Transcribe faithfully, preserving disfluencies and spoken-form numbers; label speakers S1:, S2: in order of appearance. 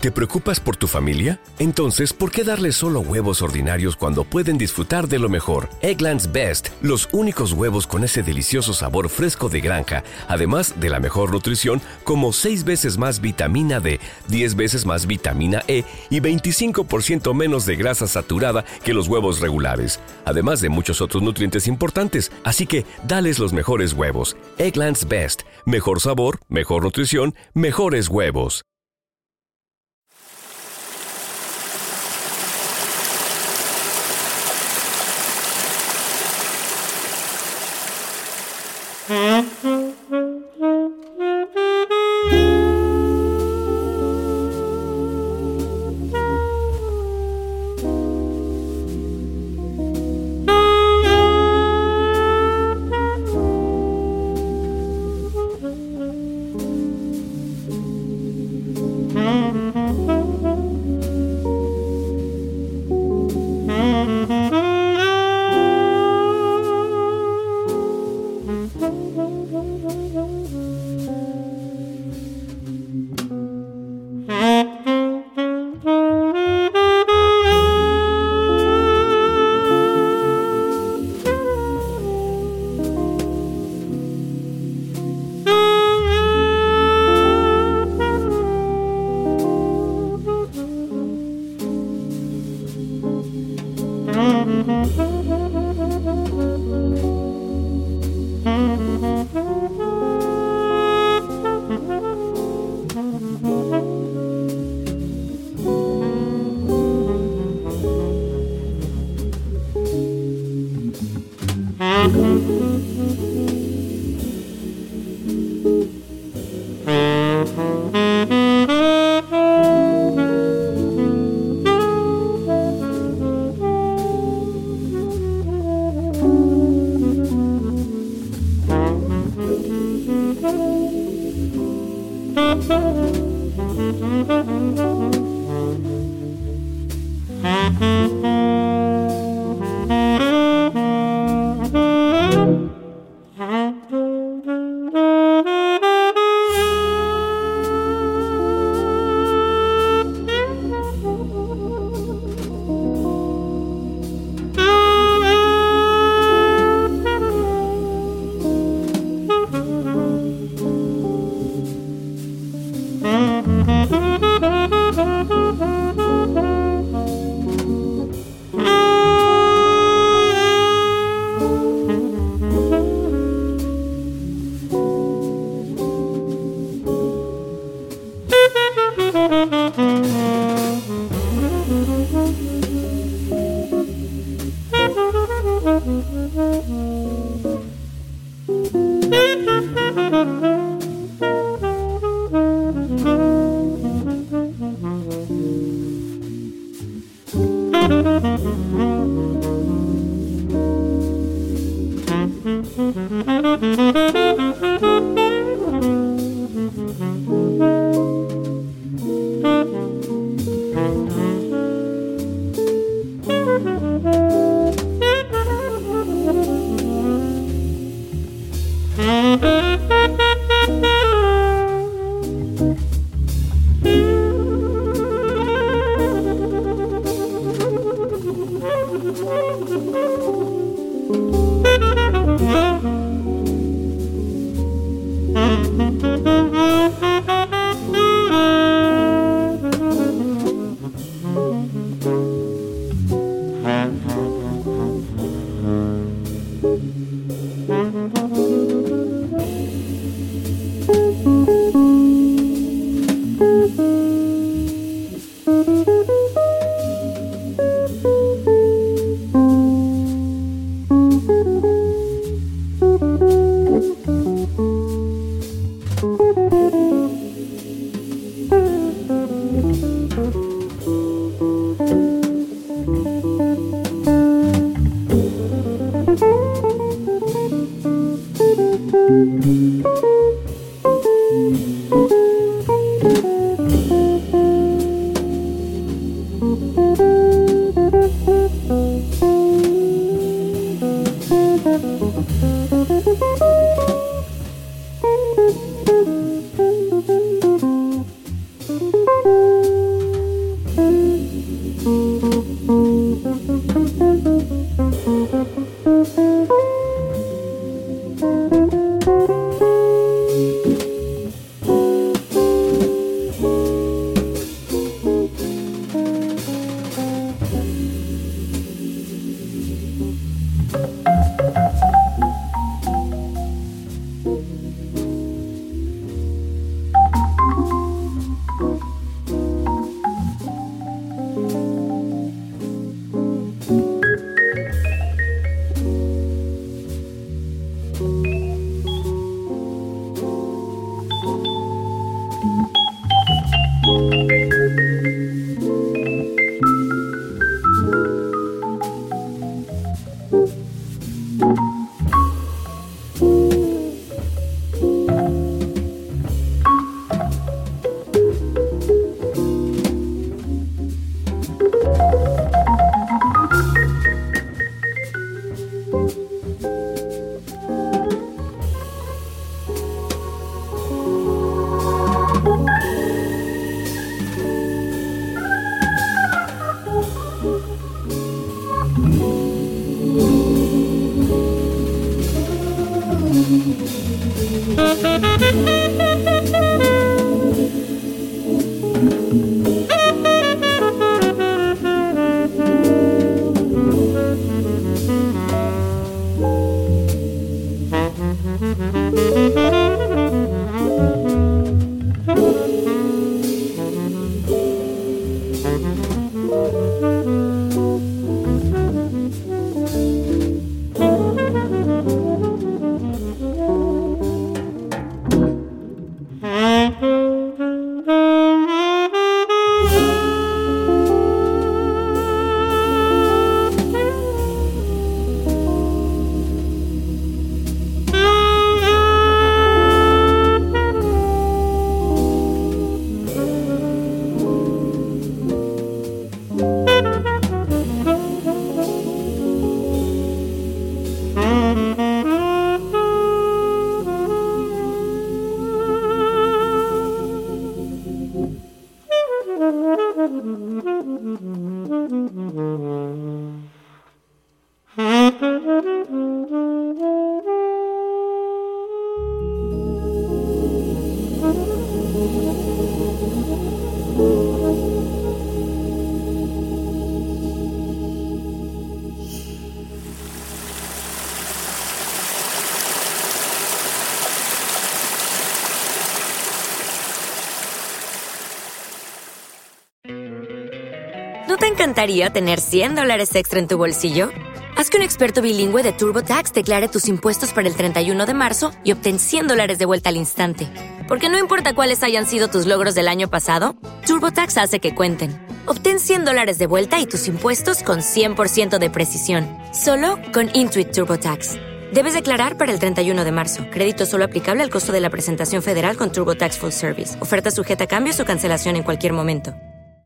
S1: ¿Te preocupas por tu familia? Entonces, ¿por qué darles solo huevos ordinarios cuando pueden disfrutar de lo mejor? Eggland's Best, los únicos huevos con ese delicioso sabor fresco de granja, además de la mejor nutrición, como seis veces más vitamina D, diez veces más vitamina E y veinticinco por ciento menos de grasa saturada que los huevos regulares, además de muchos otros nutrientes importantes. Así que, dales los mejores huevos. Eggland's Best, mejor sabor, mejor nutrición, mejores huevos.
S2: ¿No te encantaría tener cien dólares extra en tu bolsillo? Haz que un experto bilingüe de TurboTax declare tus impuestos para el treinta y uno de marzo y obtén cien dólares de vuelta al instante. Porque no importa cuáles hayan sido tus logros del año pasado, TurboTax hace que cuenten. Obtén cien dólares de vuelta y tus impuestos con cien por ciento de precisión. Solo con Intuit TurboTax. Debes declarar para el treinta y uno de marzo. Crédito solo aplicable al costo de la presentación federal con TurboTax Full Service. Oferta sujeta a cambios o cancelación en cualquier momento.